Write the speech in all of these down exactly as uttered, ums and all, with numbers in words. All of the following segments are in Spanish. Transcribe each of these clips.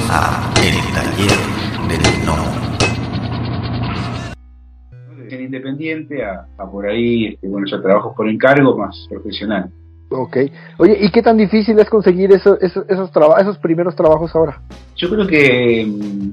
a El Taller del Gnomo. En independiente a, a por ahí, este, bueno, ya trabajos por encargo más profesional. Ok. Oye, ¿y qué tan difícil es conseguir eso, eso, esos, traba- esos primeros trabajos ahora? Yo creo que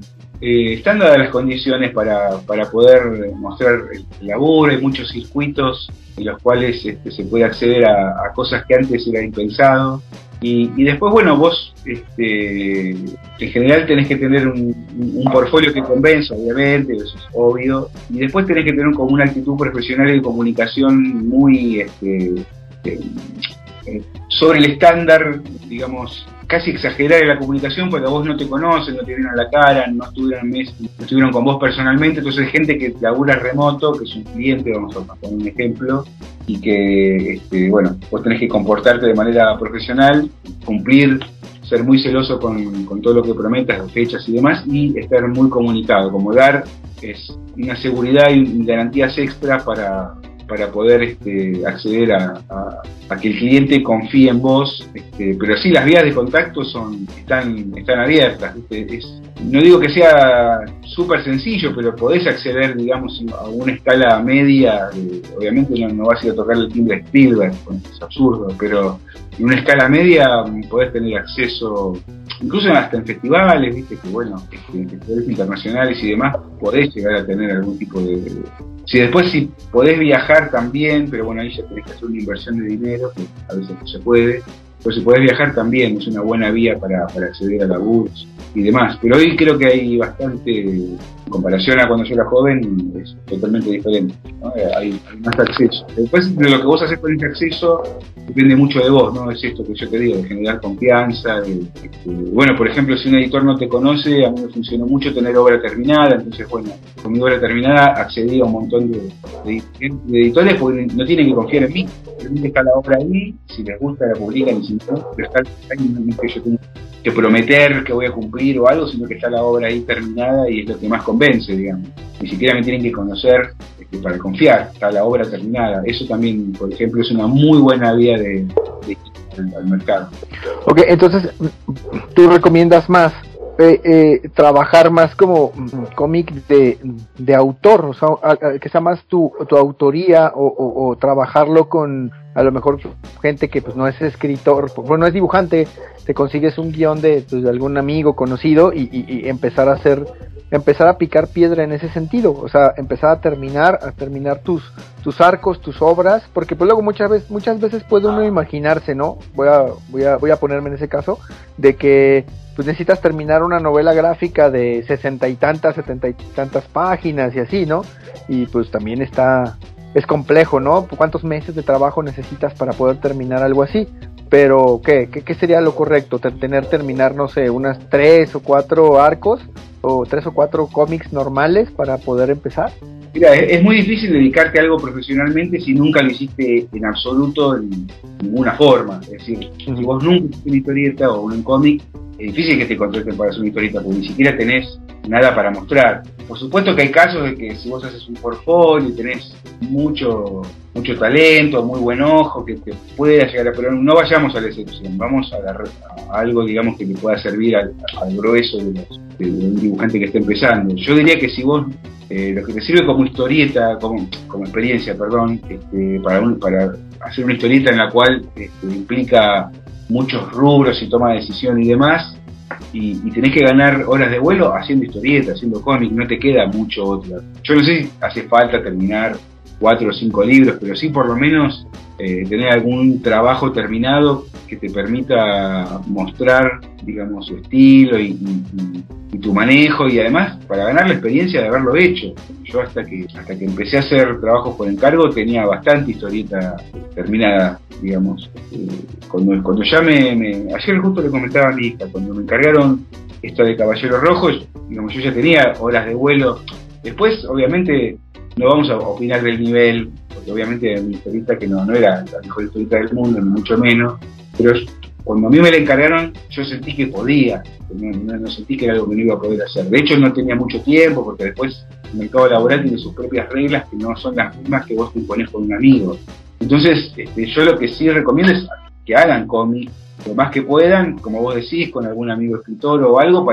eh, están dadas las condiciones para, para poder mostrar el laburo. Hay muchos circuitos en los cuales este, se puede acceder a, a cosas que antes era impensado. Y, y después, bueno, vos este, en general tenés que tener un, un portfolio que convenza, obviamente, eso es obvio. Y después tenés que tener como una actitud profesional de comunicación muy este, eh, eh, sobre el estándar, digamos, casi exagerar en la comunicación, porque a vos no te conocen, no te vieron a la cara, no estuvieron, mes, no estuvieron con vos personalmente. Entonces hay gente que labura remoto, que es un cliente, vamos a poner un ejemplo, y que, este, bueno, vos tenés que comportarte de manera profesional, cumplir, ser muy celoso con, con todo lo que prometas, las fechas y demás, y estar muy comunicado, como dar es una seguridad y garantías extra para, para poder este, acceder a, a, a que el cliente confíe en vos, este, pero sí, las vías de contacto son están, están abiertas, ¿viste? Es, no digo que sea súper sencillo, pero podés acceder, digamos, a una escala media. Eh, obviamente no, no vas a ir a tocar el timbre de Spielberg, es absurdo, pero en una escala media podés tener acceso, incluso hasta en festivales, viste, que bueno, este, en festivales internacionales y demás, podés llegar a tener algún tipo de... de si después si podés viajar también, pero bueno, ahí ya tenés que hacer una inversión de dinero, que a veces no se puede, pero si podés viajar también es una buena vía para, para acceder a laburos y demás. Pero hoy creo que hay bastante, en comparación a cuando yo era joven, es totalmente diferente, ¿no? Hay, hay más acceso. Después de lo que vos haces con ese acceso depende mucho de vos, ¿no? Es esto que yo te digo, de generar confianza. De, de, de, bueno, por ejemplo, si un editor no te conoce, a mí me funcionó mucho tener obra terminada. Entonces, bueno, con mi obra terminada accedí a un montón de, de, de editores porque no tienen que confiar en mí. Realmente está la obra ahí, si les gusta la publican y si no, pero está ahí, no es que yo tengo que prometer que voy a cumplir o algo, sino que está la obra ahí terminada y es lo que más convence, digamos. Ni siquiera me tienen que conocer este, para confiar, está la obra terminada. Eso también, por ejemplo, es una muy buena vía de, de al, al mercado. Ok, entonces, ¿tú recomiendas más eh, eh, trabajar más como cómic de, de autor, o sea, a, a, que sea más tu, tu autoría o, o, o trabajarlo con a lo mejor gente que pues no es escritor, bueno, no es dibujante, te consigues un guión de, pues, de algún amigo conocido y, y, y empezar a hacer, empezar a picar piedra en ese sentido, o sea, empezar a terminar, a terminar tus, tus arcos, tus obras, porque pues luego muchas veces, muchas veces puede uno imaginarse, ¿no? Voy a, voy a, voy a ponerme en ese caso, de que pues necesitas terminar una novela gráfica de sesenta y tantas, setenta y tantas páginas y así, ¿no? Y pues también está, es complejo, ¿no? ¿Cuántos meses de trabajo necesitas para poder terminar algo así? Pero, ¿qué? ¿Qué, qué sería lo correcto? Tener, terminar, no sé, unas tres o cuatro arcos, o tres o cuatro cómics normales para poder empezar. Mira, es, es muy difícil dedicarte a algo profesionalmente si nunca lo hiciste en absoluto en ninguna forma. Es decir, uh-huh. Si vos nunca hiciste una historieta o un cómic, es difícil que te contraten para hacer una historieta porque ni siquiera tenés nada para mostrar. Por supuesto que hay casos de que si vos haces un portfolio y tenés mucho mucho talento, muy buen ojo, que te pueda llegar a... Pero no vayamos a la excepción, vamos a, la, a algo, digamos, que le pueda servir al, al grueso de, los, de un dibujante que está empezando. Yo diría que si vos, eh, lo que te sirve como historieta, como, como experiencia, perdón, este, para, un, para hacer una historieta en la cual este, implica muchos rubros y toma de decisión y demás, y, y tenés que ganar horas de vuelo haciendo historieta, haciendo cómic, no te queda mucho otra. Yo no sé si hace falta terminar cuatro o cinco libros, pero sí por lo menos eh, tener algún trabajo terminado que te permita mostrar, digamos, su estilo y, y, y tu manejo, y además para ganar la experiencia de haberlo hecho. Yo hasta que hasta que empecé a hacer trabajos por encargo tenía bastante historieta terminada, digamos. Eh, cuando, cuando ya me, me... Ayer justo le comentaba a mi hija, cuando me encargaron esto de Caballero Rojo, digamos, yo ya tenía horas de vuelo. Después, obviamente, no vamos a opinar del nivel, porque obviamente era una historieta que no, no era la mejor historieta del mundo, ni mucho menos, pero cuando a mí me la encargaron, yo sentí que podía, no, no, no sentí que era algo que no iba a poder hacer. De hecho, no tenía mucho tiempo, porque después el mercado laboral tiene sus propias reglas que no son las mismas que vos te imponés con un amigo. Entonces, este, yo lo que sí recomiendo es que hagan cómic, lo más que puedan, como vos decís, con algún amigo escritor o algo, para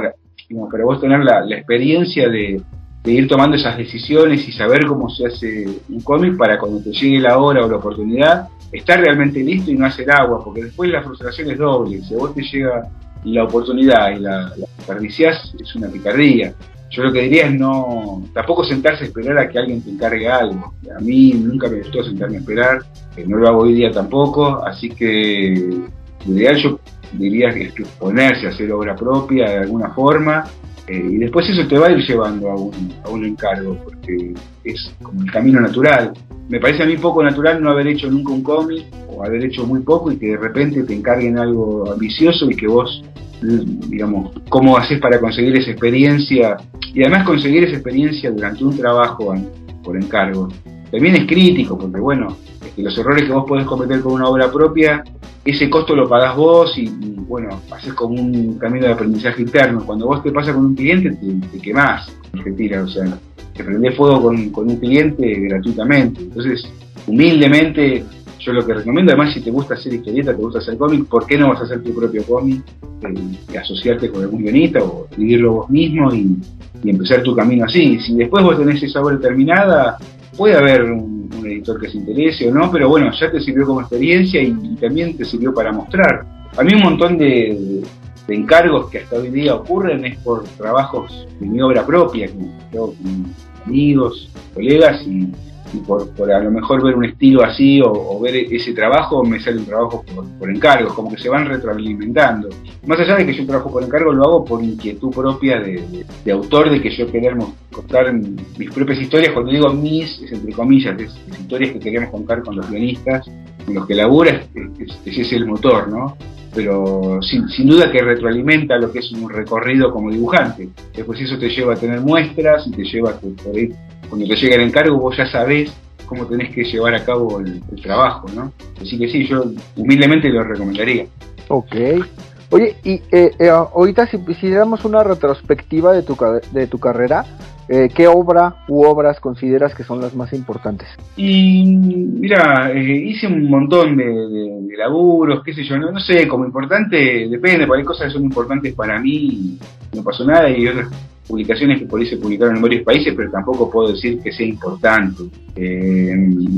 digamos, para vos tener la, la experiencia de, de ir tomando esas decisiones y saber cómo se hace un cómic para cuando te llegue la hora o la oportunidad, estar realmente listo y no hacer agua, porque después la frustración es doble. Si a vos te llega la oportunidad y la, la desperdiciás, es una picardía. Yo lo que diría es no, tampoco sentarse a esperar a que alguien te encargue algo. A mí nunca me gustó sentarme a esperar, eh, no lo hago hoy día tampoco, así que lo ideal yo diría que es que ponerse a hacer obra propia de alguna forma, eh, y después eso te va a ir llevando a un, a un encargo, porque es como el camino natural. Me parece a mí poco natural no haber hecho nunca un cómic, o haber hecho muy poco y que de repente te encarguen algo ambicioso y que vos, digamos, cómo haces para conseguir esa experiencia, y además conseguir esa experiencia durante un trabajo por encargo. También es crítico, porque bueno, es que los errores que vos podés cometer con una obra propia, ese costo lo pagás vos y, y bueno, haces como un camino de aprendizaje interno. Cuando vos te pasa con un cliente, te, te quemás, te tiras, o sea, te prendés fuego con, con un cliente gratuitamente. Entonces, humildemente, yo lo que recomiendo, además, si te gusta hacer historieta, te gusta hacer cómic, ¿por qué no vas a hacer tu propio cómic eh, y asociarte con algún guionista o escribirlo vos mismo y, y empezar tu camino así? Si después vos tenés esa obra terminada, puede haber un, un editor que se interese o no, pero bueno, ya te sirvió como experiencia y, y también te sirvió para mostrar. A mí un montón de, de, de encargos que hasta hoy día ocurren es por trabajos de mi obra propia, que hago con amigos, colegas, y, y por, por a lo mejor ver un estilo así o, o ver ese trabajo, me sale un trabajo por, por encargos, como que se van retroalimentando. Más allá de que yo trabajo por encargo, lo hago por inquietud propia de, de, de autor, de que yo queremos contar mis propias historias. Cuando digo mis, es entre comillas, es, es historias que queremos contar con los guionistas, con los que labura, ese es el motor, ¿no? Pero sin, sin duda que retroalimenta lo que es un recorrido como dibujante. Después eso te lleva a tener muestras y te lleva a que por ahí, cuando te llega el encargo, vos ya sabés cómo tenés que llevar a cabo el, el trabajo, ¿no? Así que sí, yo humildemente lo recomendaría. Ok. Oye, y eh, eh, ahorita si hiciéramos una retrospectiva de tu, de tu carrera, eh, ¿qué obra u obras consideras que son las más importantes? Y mira, eh, hice un montón de, de, de laburos, qué sé yo, no, no sé, como importante, depende, porque hay cosas que son importantes para mí y no pasó nada, y otras publicaciones que por ahí se publicaron en varios países, pero tampoco puedo decir que sea importante. Eh,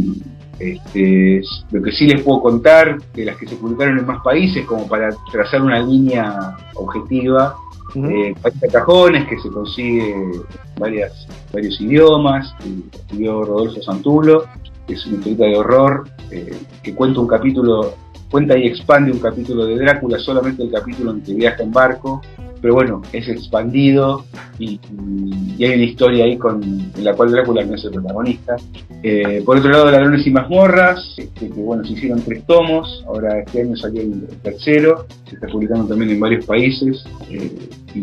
Este, lo que sí les puedo contar, de las que se publicaron en más países, como para trazar una línea objetiva, uh-huh. eh, cuarenta cajones, que se consigue en varias, varios idiomas, que escribió Rodolfo Santulo, que es una historieta de horror, eh, que cuenta un capítulo, cuenta y expande un capítulo de Drácula, solamente el capítulo en que viaja en barco, pero bueno, es expandido y, y hay una historia ahí con, en la cual Drácula no es el protagonista. Eh, por otro lado, Ladrones y Mazmorras, este, que bueno, se hicieron tres tomos, ahora este año salió el, el tercero, se está publicando también en varios países, eh, y,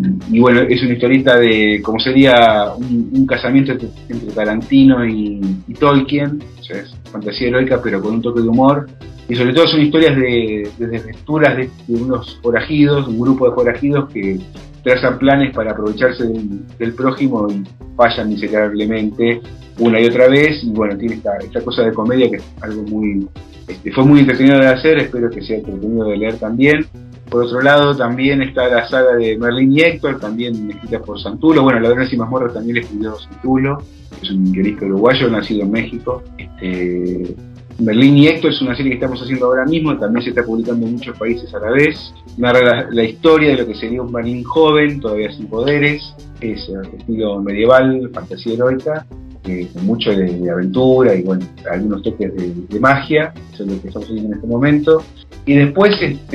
y bueno, es una historieta de, como sería un, un casamiento entre, entre Tarantino y, y Tolkien, o sea, es fantasía heroica pero con un toque de humor. Y sobre todo son historias de, de desventuras de, de unos forajidos, un grupo de forajidos que trazan planes para aprovecharse del, del prójimo y fallan miserablemente una y otra vez. Y bueno, tiene esta, esta cosa de comedia que es algo muy, este, fue muy entretenido de hacer, espero que sea entretenido de leer también. Por otro lado, también está la saga de Merlín y Héctor, también escrita por Santulo. Bueno, Ladrones y Mazmorras también la escribió Santulo, que es un guionista uruguayo nacido en México. Este, Merlín y Héctor es una serie que estamos haciendo ahora mismo, también se está publicando en muchos países a la vez. Narra la, la historia de lo que sería un Merlín joven, todavía sin poderes, es estilo medieval, fantasía heroica, eh, con mucho de, de aventura y bueno, algunos toques de, de magia, eso es lo que estamos haciendo en este momento. Y después,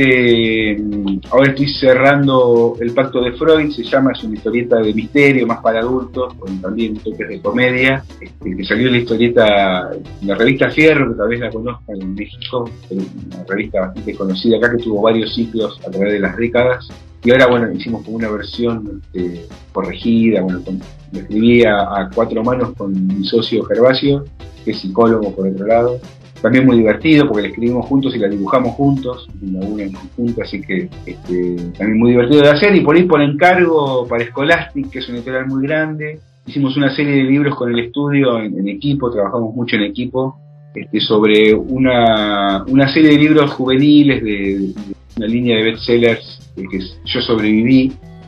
este, ahora estoy cerrando El Pacto de Freud, se llama, es una historieta de misterio, más para adultos, con también toques de comedia, este, que salió en la historieta, en la revista Fierro, que tal vez la conozcan en México, una revista bastante conocida acá, que tuvo varios ciclos a través de las décadas. Y ahora, bueno, hicimos como una versión este, corregida, bueno, con, me escribí a, a cuatro manos con mi socio Gervasio, que es psicólogo por otro lado. También muy divertido porque la escribimos juntos y la dibujamos juntos, una una en conjunto, así que este, también muy divertido de hacer. Y por ahí por encargo para Scholastic, que es una editorial muy grande, hicimos una serie de libros con el estudio en, en equipo, trabajamos mucho en equipo, este, sobre una, una serie de libros juveniles de, de una línea de bestsellers, eh, que es Yo sobreviví,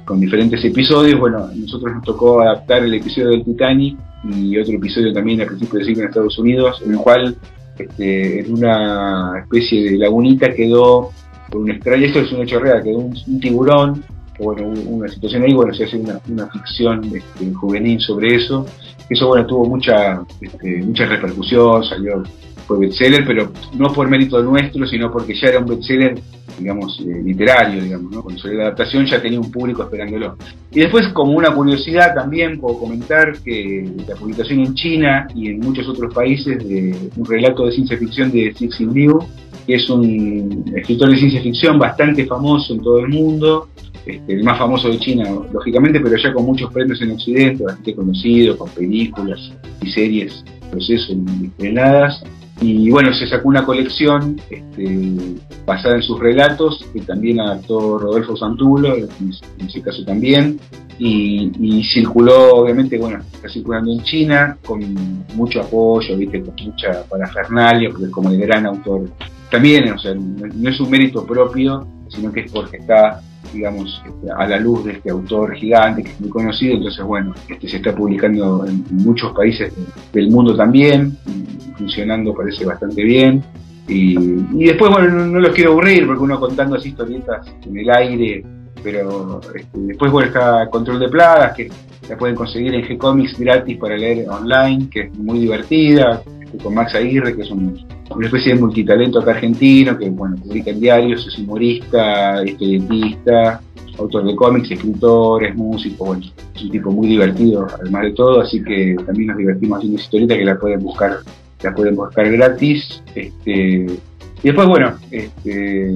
con diferentes episodios. Bueno, a nosotros nos tocó adaptar el episodio del Titanic y otro episodio también a principios del siglo en Estados Unidos, en el cual este, en una especie de lagunita quedó, por un extraño, esto es un hecho real, quedó un, un tiburón, que bueno, una situación ahí, bueno, se hace una, una ficción este, juvenil sobre eso. Eso, bueno, tuvo mucha, este, mucha repercusión, salió, fue bestseller, pero no por mérito nuestro, sino porque ya era un bestseller, digamos, eh, literario, digamos, ¿no? Cuando salió la adaptación ya tenía un público esperándolo. Y después, como una curiosidad también, puedo comentar que la publicación en China y en muchos otros países de un relato de ciencia ficción de Cixin Liu, que es un escritor de ciencia ficción bastante famoso en todo el mundo, este, el más famoso de China, lógicamente, pero ya con muchos premios en Occidente, bastante conocido, con películas y series, procesos estrenadas. Y bueno, se sacó una colección este, basada en sus relatos, que también adaptó Rodolfo Santulo, en, en ese caso también, y, y circuló, obviamente, bueno, está circulando en China, con mucho apoyo, viste, con mucha parafernalia, porque como el gran autor también, o sea, no, no es un mérito propio, sino que es porque está, digamos, este, a la luz de este autor gigante que es muy conocido. Entonces, bueno, este, se está publicando en, en muchos países de, del mundo también, funcionando parece bastante bien. Y, y después, bueno, no, no los quiero aburrir porque uno contando así historietas en el aire, pero este, después, bueno, está Control de Plagas, que la pueden conseguir en G-Comics gratis para leer online, que es muy divertida, este, con Max Aguirre, que es un, una especie de multitalento acá argentino, que bueno, publica en diarios, es humorista, historietista, autor de cómics, escritor, es músico, bueno, es un tipo muy divertido, además de todo, así que también nos divertimos haciendo esa historieta que la pueden buscar, la pueden buscar gratis. Este, y después, bueno, este,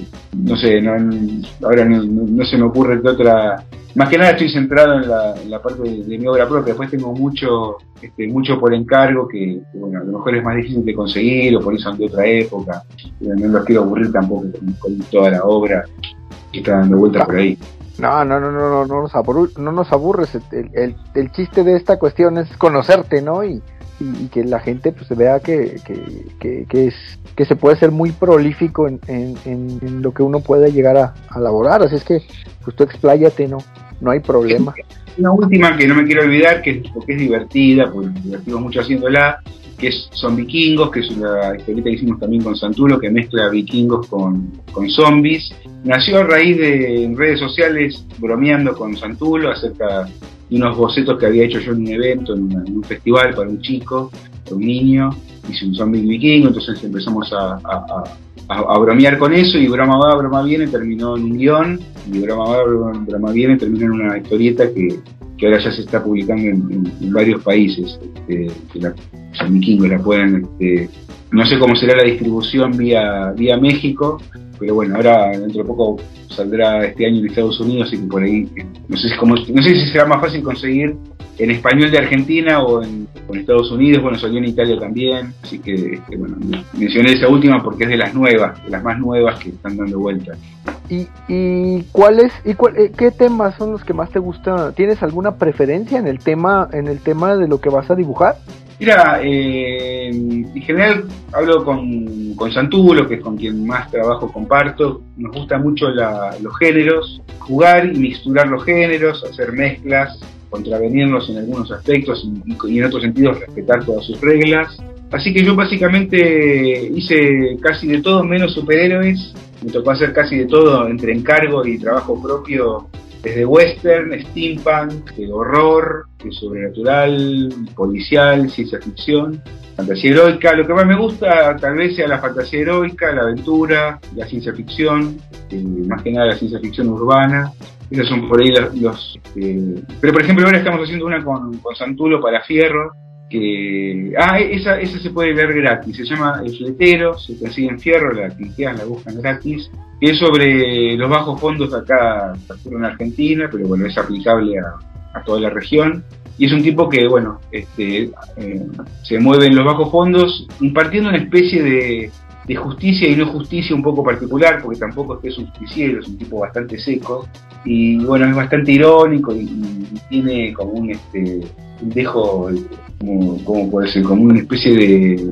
no sé, no, ahora no, no, no se me ocurre que otra. Más que nada estoy centrado en la, en la parte de, de mi obra propia. Después tengo mucho este, mucho por encargo que, que, bueno, a lo mejor es más difícil de conseguir o por eso son de otra época. No los quiero aburrir tampoco con, con toda la obra que está dando vueltas por ahí. No, no, no, no, no, no nos aburres, no nos aburres. El, el, el chiste de esta cuestión es conocerte, ¿no? Y, y, y que la gente pues vea que, que, que, que es que se puede ser muy prolífico en, en, en, en lo que uno puede llegar a, a elaborar. Así es que pues tú expláyate, no, no hay problema. Una última que no me quiero olvidar, que porque es divertida, porque nos divertimos mucho haciéndola, que es Son Vikingos, que es una historieta que hicimos también con Santulo, que mezcla vikingos con, con zombies. Nació a raíz de en redes sociales bromeando con Santulo acerca de unos bocetos que había hecho yo en un evento, en, una, en un festival para un chico, para un niño. Hice un zombie vikingo, entonces empezamos a, a, a, a bromear con eso, y broma va, broma viene, terminó en un guión, y broma va, broma, broma viene, terminó en una historieta que, que ahora ya se está publicando en, en, en varios países. Este, que la, Son Vikingos la pueden, este, no sé cómo será la distribución vía, vía México, pero bueno, ahora dentro de poco saldrá este año en Estados Unidos, así que por ahí, no sé, cómo, no sé si será más fácil conseguir en español de Argentina o en, o en Estados Unidos. Bueno, salió en Italia también, así que este, bueno, mencioné esa última porque es de las nuevas, de las más nuevas que están dando vueltas. ¿Y, y cuáles y cuál, eh, qué temas son los que más te gustan? ¿Tienes alguna preferencia en el tema en el tema de lo que vas a dibujar? Mira, eh, en general hablo con, con Santulo, que es con quien más trabajo comparto. Nos gustan mucho la, los géneros, jugar y mixturar los géneros, hacer mezclas, contravenirlos en algunos aspectos y, y en otros sentidos respetar todas sus reglas. Así que yo básicamente hice casi de todo menos superhéroes. Me tocó hacer casi de todo entre encargo y trabajo propio, desde western, steampunk, de horror, de sobrenatural, policial, ciencia ficción, fantasía heroica. Lo que más me gusta tal vez sea la fantasía heroica, la aventura, la ciencia ficción, eh, más que nada la ciencia ficción urbana. Esos son por ahí los... los eh... Pero por ejemplo ahora estamos haciendo una con, con Santulo para Fierro, que... Ah, esa, esa se puede ver gratis, se llama El Fletero, se consigue en Fierro, la cliquean, la buscan gratis, que es sobre los bajos fondos acá en Argentina, pero bueno, es aplicable a, a toda la región. Y es un tipo que, bueno, este, eh, se mueve en los bajos fondos impartiendo una especie de, de justicia y no justicia un poco particular, porque tampoco es que es un justiciero, es un tipo bastante seco. Y bueno, es bastante irónico y, y tiene como un, este, un dejo, como, como puede ser, como una especie de,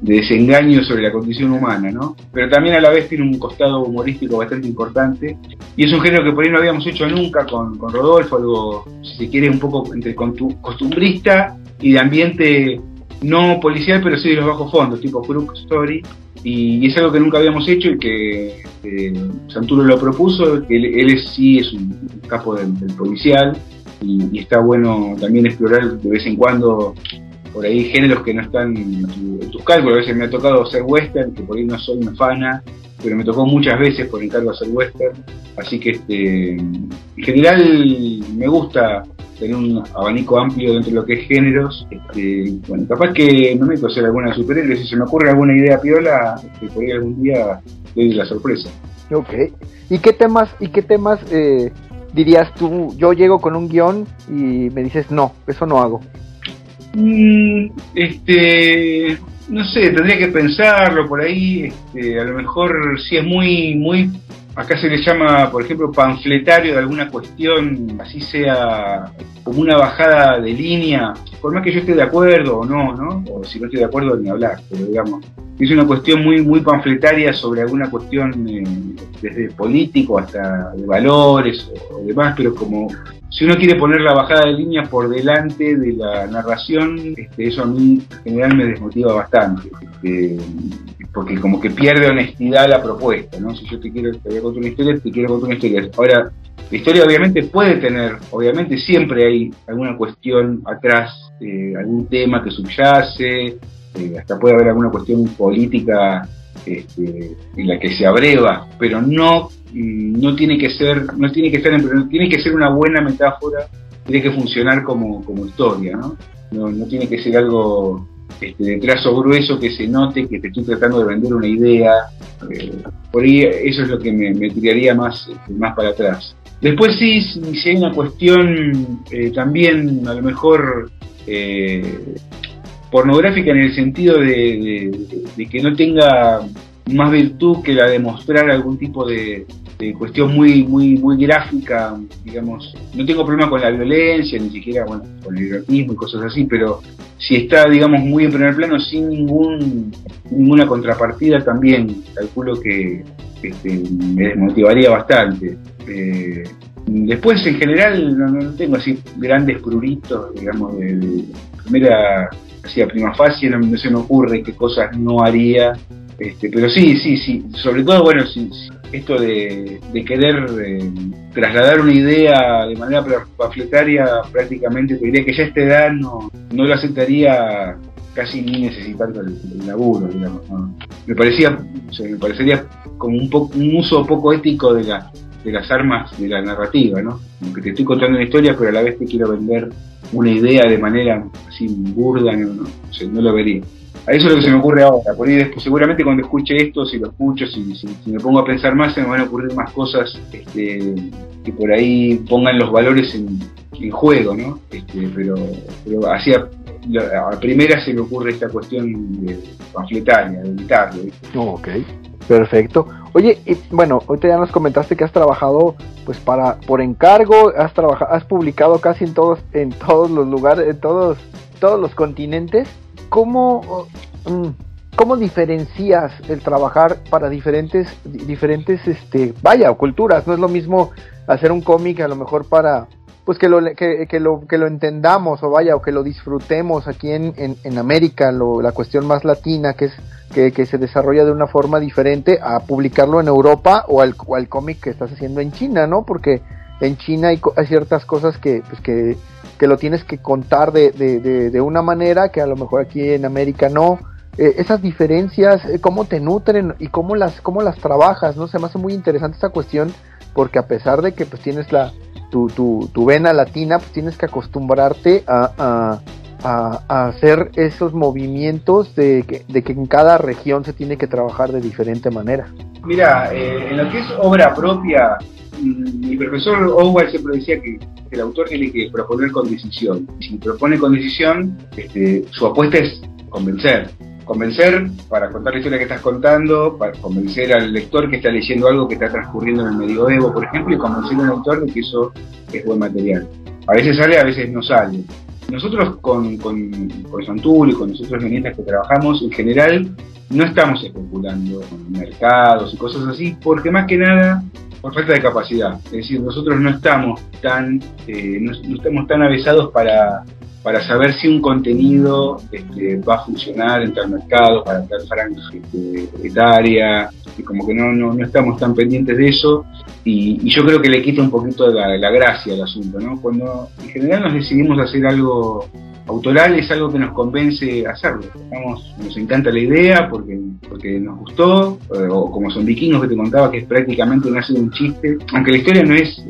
de desengaño sobre la condición humana, ¿no? Pero también a la vez tiene un costado humorístico bastante importante, y es un género que por ahí no habíamos hecho nunca con, con Rodolfo, algo, si se quiere, un poco entre costumbrista y de ambiente no policial, pero sí de los bajos fondos, tipo Crook Story, y es algo que nunca habíamos hecho y que eh, Santuro lo propuso, que él, él es, sí es un capo del, del policial, y, y está bueno también explorar de vez en cuando por ahí géneros que no están en, tu, en tus cálculos. A veces me ha tocado hacer western, que por ahí no soy una fana, pero me tocó muchas veces por encargo hacer western, así que este, en general me gusta tener un abanico amplio dentro de lo que es géneros. Este, bueno, capaz que no me meto a hacer alguna superhéroe, si se me ocurre alguna idea piola, este, por ahí algún día doy la sorpresa. Ok. ¿Y qué temas, y qué temas eh, dirías tú? Yo llego con un guión y me dices, no, eso no hago. Mm, este, no sé, tendría que pensarlo por ahí. Este, a lo mejor si es muy, muy, acá se le llama, por ejemplo, panfletario de alguna cuestión, así sea como una bajada de línea, por más que yo esté de acuerdo o no, ¿no? O si no estoy de acuerdo ni hablar, pero digamos, es una cuestión muy, muy panfletaria sobre alguna cuestión eh, desde político hasta de valores o, o demás, pero como si uno quiere poner la bajada de línea por delante de la narración, este, eso a mí en general me desmotiva bastante, este, porque como que pierde honestidad la propuesta, ¿no? Si yo te quiero te voy a contar una historia, te quiero contar una historia. Ahora, la historia obviamente puede tener, obviamente siempre hay alguna cuestión atrás, eh, algún tema que subyace, eh, hasta puede haber alguna cuestión política este, en la que se abreva, pero no no tiene que ser, no tiene que estar en, tiene que ser una buena metáfora, tiene que funcionar como, como historia, ¿no? No, no tiene que ser algo este, de trazo grueso que se note que te estoy tratando de vender una idea. Eh, por ahí eso es lo que me, me tiraría más, este, más para atrás. Después sí, si hay una cuestión eh, también a lo mejor eh, pornográfica en el sentido de, de, de que no tenga más virtud que la de mostrar algún tipo de, de cuestión muy muy muy gráfica, digamos. No tengo problema con la violencia, ni siquiera bueno con el erotismo y cosas así, pero si está, digamos, muy en primer plano, sin ningún ninguna contrapartida, también calculo que este, me desmotivaría bastante. Eh, después, en general, no, no tengo así grandes pruritos, digamos, de, de primera, así a prima facie, no, no se me ocurre qué cosas no haría. Este, pero sí, sí, sí, sobre todo, bueno, sí, sí, esto de, de querer eh, trasladar una idea de manera panfletaria, prácticamente te diría que ya a esta edad no, no lo aceptaría casi ni necesitando el, el laburo, digamos, ¿no? Me parecía, o sea, me parecería como un, po, un uso poco ético de, la, de las armas de la narrativa, ¿no? Como que te estoy contando una historia, pero a la vez te quiero vender una idea de manera así burda, no, no, o sea, no lo vería. A eso es lo que se me ocurre ahora. Por ahí después, seguramente cuando escuche esto, si lo escucho, si, si, si me pongo a pensar más, se me van a ocurrir más cosas este, que por ahí pongan los valores en, en juego, ¿no? Este, pero, pero así a, a primera se me ocurre esta cuestión de panfletaria, de evitarlo. Oh, ok, perfecto. Oye, y bueno, ahorita ya nos comentaste que has trabajado pues para por encargo, has trabajado, has publicado casi en todos, en todos los lugares, en todos, todos los continentes. ¿Cómo, ¿Cómo diferencias el trabajar para diferentes, diferentes, este, vaya, culturas? No es lo mismo hacer un cómic a lo mejor para, pues que lo, que, que lo, que lo entendamos o vaya, o que lo disfrutemos aquí en, en, en América, lo, la cuestión más latina, que es que, que se desarrolla de una forma diferente a publicarlo en Europa o al, o al cómic que estás haciendo en China, ¿no? Porque en China hay, hay ciertas cosas que, pues que que lo tienes que contar de, de, de, de una manera que a lo mejor aquí en América no. Eh, esas diferencias, eh, cómo te nutren y cómo las cómo las trabajas, ¿no? Se me hace muy interesante esta cuestión, porque a pesar de que pues tienes la tu, tu, tu vena latina, pues tienes que acostumbrarte a, a, a, a hacer esos movimientos de que, de que en cada región se tiene que trabajar de diferente manera. Mira, eh, en lo que es obra propia, mi profesor Owen siempre decía que el autor tiene que proponer con decisión. Si propone con decisión, este, su apuesta es convencer. Convencer para contar la historia que estás contando, para convencer al lector que está leyendo algo que está transcurriendo en el medioevo, por ejemplo, y convencer al autor de que eso es buen material. A veces sale, a veces no sale. nosotros con, con, con Santulio y con nosotros guionistas que trabajamos, en general, no estamos especulando con mercados y cosas así, porque más que nada, por falta de capacidad. Es decir, nosotros no estamos tan, eh, no, no estamos tan avesados para, para saber si un contenido este, va a funcionar en tal mercado, para tal franja este, etaria, y como que no, no, no estamos tan pendientes de eso, y, y yo creo que le quita un poquito la, la gracia al asunto, ¿no? Cuando en general nos decidimos hacer algo autoral, es algo que nos convence hacerlo. Estamos, nos encanta la idea porque, porque nos gustó, o como Son Vikingos que te contaba, que es prácticamente nace de un chiste, aunque la historia no es,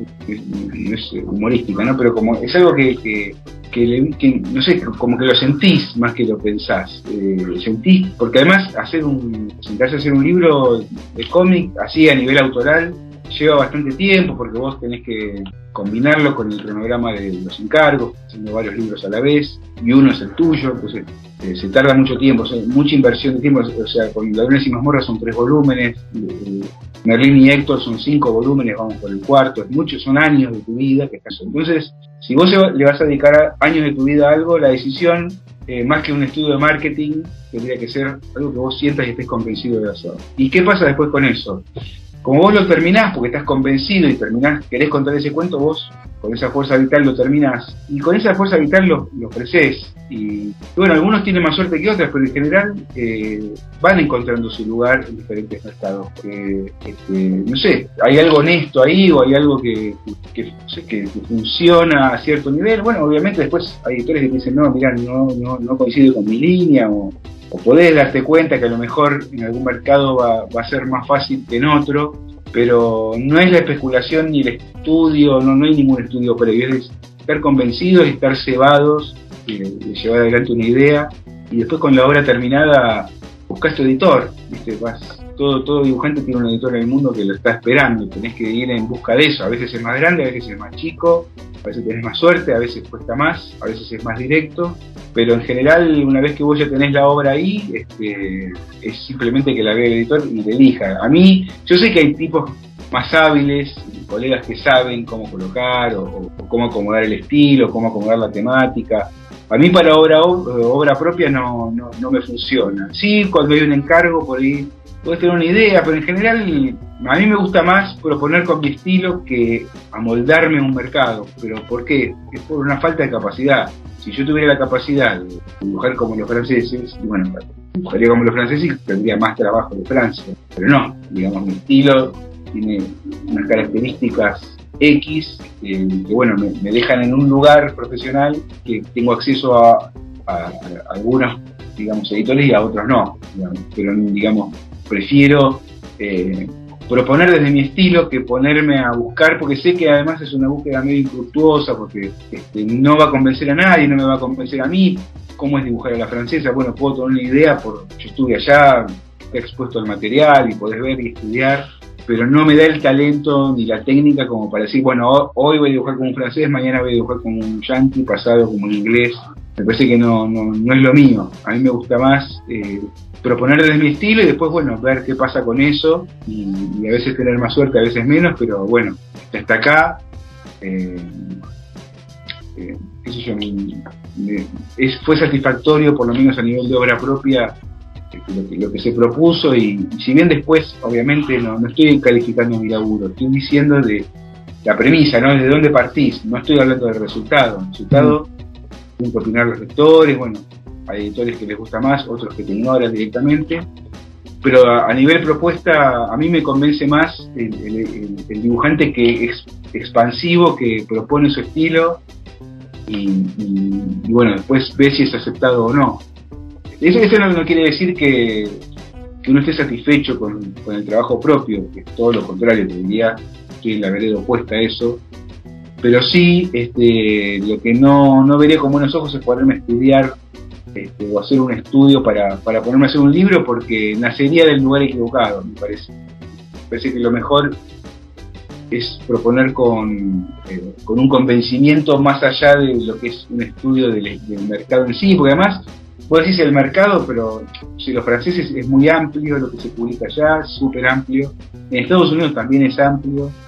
no es humorística, ¿no? Pero como es algo que, que, que, le, que no sé, como que lo sentís más que lo pensás. Eh, sentís, porque además hacer un, sentarse a hacer un libro de cómic, así a nivel autoral, lleva bastante tiempo porque vos tenés que combinarlo con el cronograma de los encargos, haciendo varios libros a la vez, y uno es el tuyo, entonces eh, se tarda mucho tiempo, o sea, mucha inversión de tiempo, o sea, con Ladrones y Mazmorras son tres volúmenes, eh, Merlín y Héctor son cinco volúmenes, vamos por el cuarto, es mucho, son años de tu vida que estás. Entonces, si vos le vas a dedicar años de tu vida a algo, la decisión, eh, más que un estudio de marketing, tendría que ser algo que vos sientas y estés convencido de hacer. ¿Y qué pasa después con eso? Como vos lo terminás porque estás convencido y terminás, querés contar ese cuento, vos con esa fuerza vital lo terminás. Y con esa fuerza vital lo, lo ofrecés. Y bueno, algunos tienen más suerte que otros, pero en general eh, van encontrando su lugar en diferentes mercados. Eh, este, no sé, hay algo honesto ahí o hay algo que, que, que, que funciona a cierto nivel. Bueno, obviamente después hay editores que te dicen, no, mirá, no, no, no coincide con mi línea, o o podés darte cuenta que a lo mejor en algún mercado va, va a ser más fácil que en otro, pero no es la especulación ni el estudio, no, no hay ningún estudio previo, es estar convencidos y estar cebados de, de llevar adelante una idea, y después con la obra terminada buscás tu editor, ¿viste? Vas, todo, todo dibujante tiene un editor en el mundo que lo está esperando, tenés que ir en busca de eso, a veces es más grande, a veces es más chico, a veces tenés más suerte, a veces cuesta más, a veces es más directo, pero en general, una vez que vos ya tenés la obra ahí, este, es simplemente que la vea el editor y la elija. A mí, yo sé que hay tipos más hábiles, colegas que saben cómo colocar, o, o cómo acomodar el estilo, cómo acomodar la temática. A mí para obra, obra propia no, no, no me funciona. Sí, cuando hay un encargo, por ahí puedes tener una idea, pero en general a mí me gusta más proponer con mi estilo que amoldarme a un mercado. ¿Pero por qué? Es por una falta de capacidad. Si yo tuviera la capacidad de dibujar como los franceses, y bueno, dibujaría como los franceses y tendría más trabajo de Francia. Pero no, digamos, mi estilo tiene unas características X eh, que bueno, me, me dejan en un lugar profesional que tengo acceso a, a, a algunos, digamos, editores y a otros no, digamos, pero digamos, prefiero eh, proponer desde mi estilo que ponerme a buscar, porque sé que además es una búsqueda medio infructuosa, porque este, no va a convencer a nadie, no me va a convencer a mí cómo es dibujar a la francesa. Bueno, puedo tener una idea, por, yo estuve allá, he expuesto el material y podés ver y estudiar, pero no me da el talento ni la técnica como para decir, bueno, hoy voy a dibujar como un francés, mañana voy a dibujar como un yankee, pasado como un inglés. Me parece que no, no, no es lo mío. A mí me gusta más eh, proponer desde mi estilo y después, bueno, ver qué pasa con eso y, y a veces tener más suerte, a veces menos, pero bueno, hasta acá, eh, eh, qué sé yo, mi, me, es, fue satisfactorio, por lo menos a nivel de obra propia, Lo que, lo que se propuso, y, y si bien después obviamente no, no estoy calificando mi laburo, estoy diciendo de la premisa, ¿no? De dónde partís, no estoy hablando del resultado. El resultado, tienen que opinar los lectores, bueno, hay editores que les gusta más, otros que te ignoran directamente, pero a, a nivel propuesta a mí me convence más el, el, el, el dibujante que es expansivo, que propone su estilo y, y, y bueno, después ve si es aceptado o no. Eso, eso no, no quiere decir que, que uno esté satisfecho con, con el trabajo propio, que es todo lo contrario, te diría, estoy en la vereda opuesta a eso, pero sí, este, lo que no, no vería con buenos ojos es ponerme a estudiar este, o hacer un estudio para, para ponerme a hacer un libro, porque nacería del lugar equivocado, me parece. Me parece que lo mejor es proponer con, eh, con un convencimiento más allá de lo que es un estudio del, del mercado en sí, porque además vos decís el mercado, pero si los franceses es muy amplio lo que se publica allá, súper amplio. En Estados Unidos también es amplio.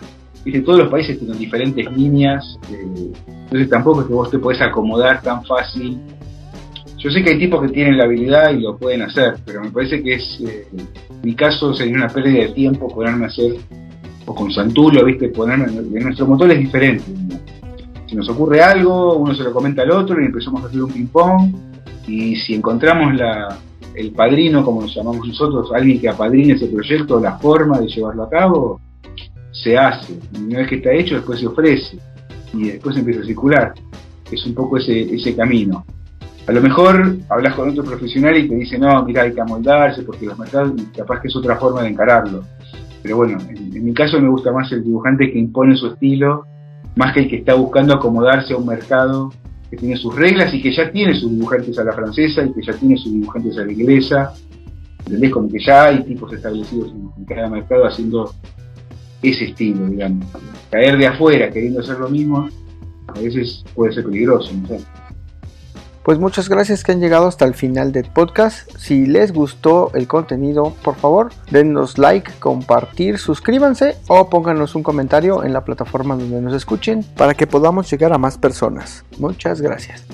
viste, todos los países tienen diferentes líneas, eh, entonces tampoco es que vos te podés acomodar tan fácil. Yo sé que hay tipos que tienen la habilidad y lo pueden hacer, pero me parece que es, eh, en mi caso sería una pérdida de tiempo ponerme a hacer, o con Santulo, viste, ponerme, nuestro motor es diferente, ¿no? Si nos ocurre algo, uno se lo comenta al otro y empezamos a hacer un ping-pong, y si encontramos la, el padrino, como nos llamamos nosotros, alguien que apadrine ese proyecto, la forma de llevarlo a cabo, se hace. Y una vez que está hecho, después se ofrece, y después empieza a circular. Es un poco ese, ese camino. A lo mejor hablas con otro profesional y te dice, no, mira, hay que amoldarse, porque los mercados, capaz que es otra forma de encararlo. Pero bueno, en, en mi caso me gusta más el dibujante que impone su estilo, más que el que está buscando acomodarse a un mercado que tiene sus reglas y que ya tiene sus dibujantes a la francesa y que ya tiene sus dibujantes a la inglesa. ¿Entendés? Como que ya hay tipos establecidos en, en cada mercado haciendo ese estilo, digamos. Caer de afuera queriendo hacer lo mismo, a veces puede ser peligroso, no sé. Pues muchas gracias que han llegado hasta el final del podcast. Si les gustó el contenido, por favor, dennos like, compartir, suscríbanse o pónganos un comentario en la plataforma donde nos escuchen para que podamos llegar a más personas. Muchas gracias.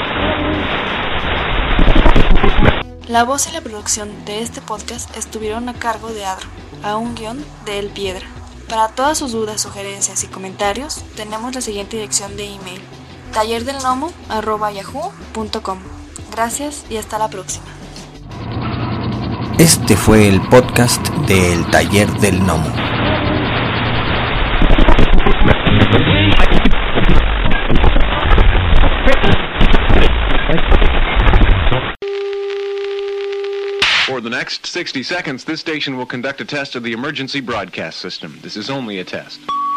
La voz y la producción de este podcast estuvieron a cargo de Adro, a un guión de El Piedra. Para todas sus dudas, sugerencias y comentarios, tenemos la siguiente dirección de email: tallerdelgnomo arroba yahoo punto com. Gracias y hasta la próxima. Este fue el podcast del Taller del Gnomo. For the next sixty seconds, this station will conduct a test of the emergency broadcast system. This is only a test.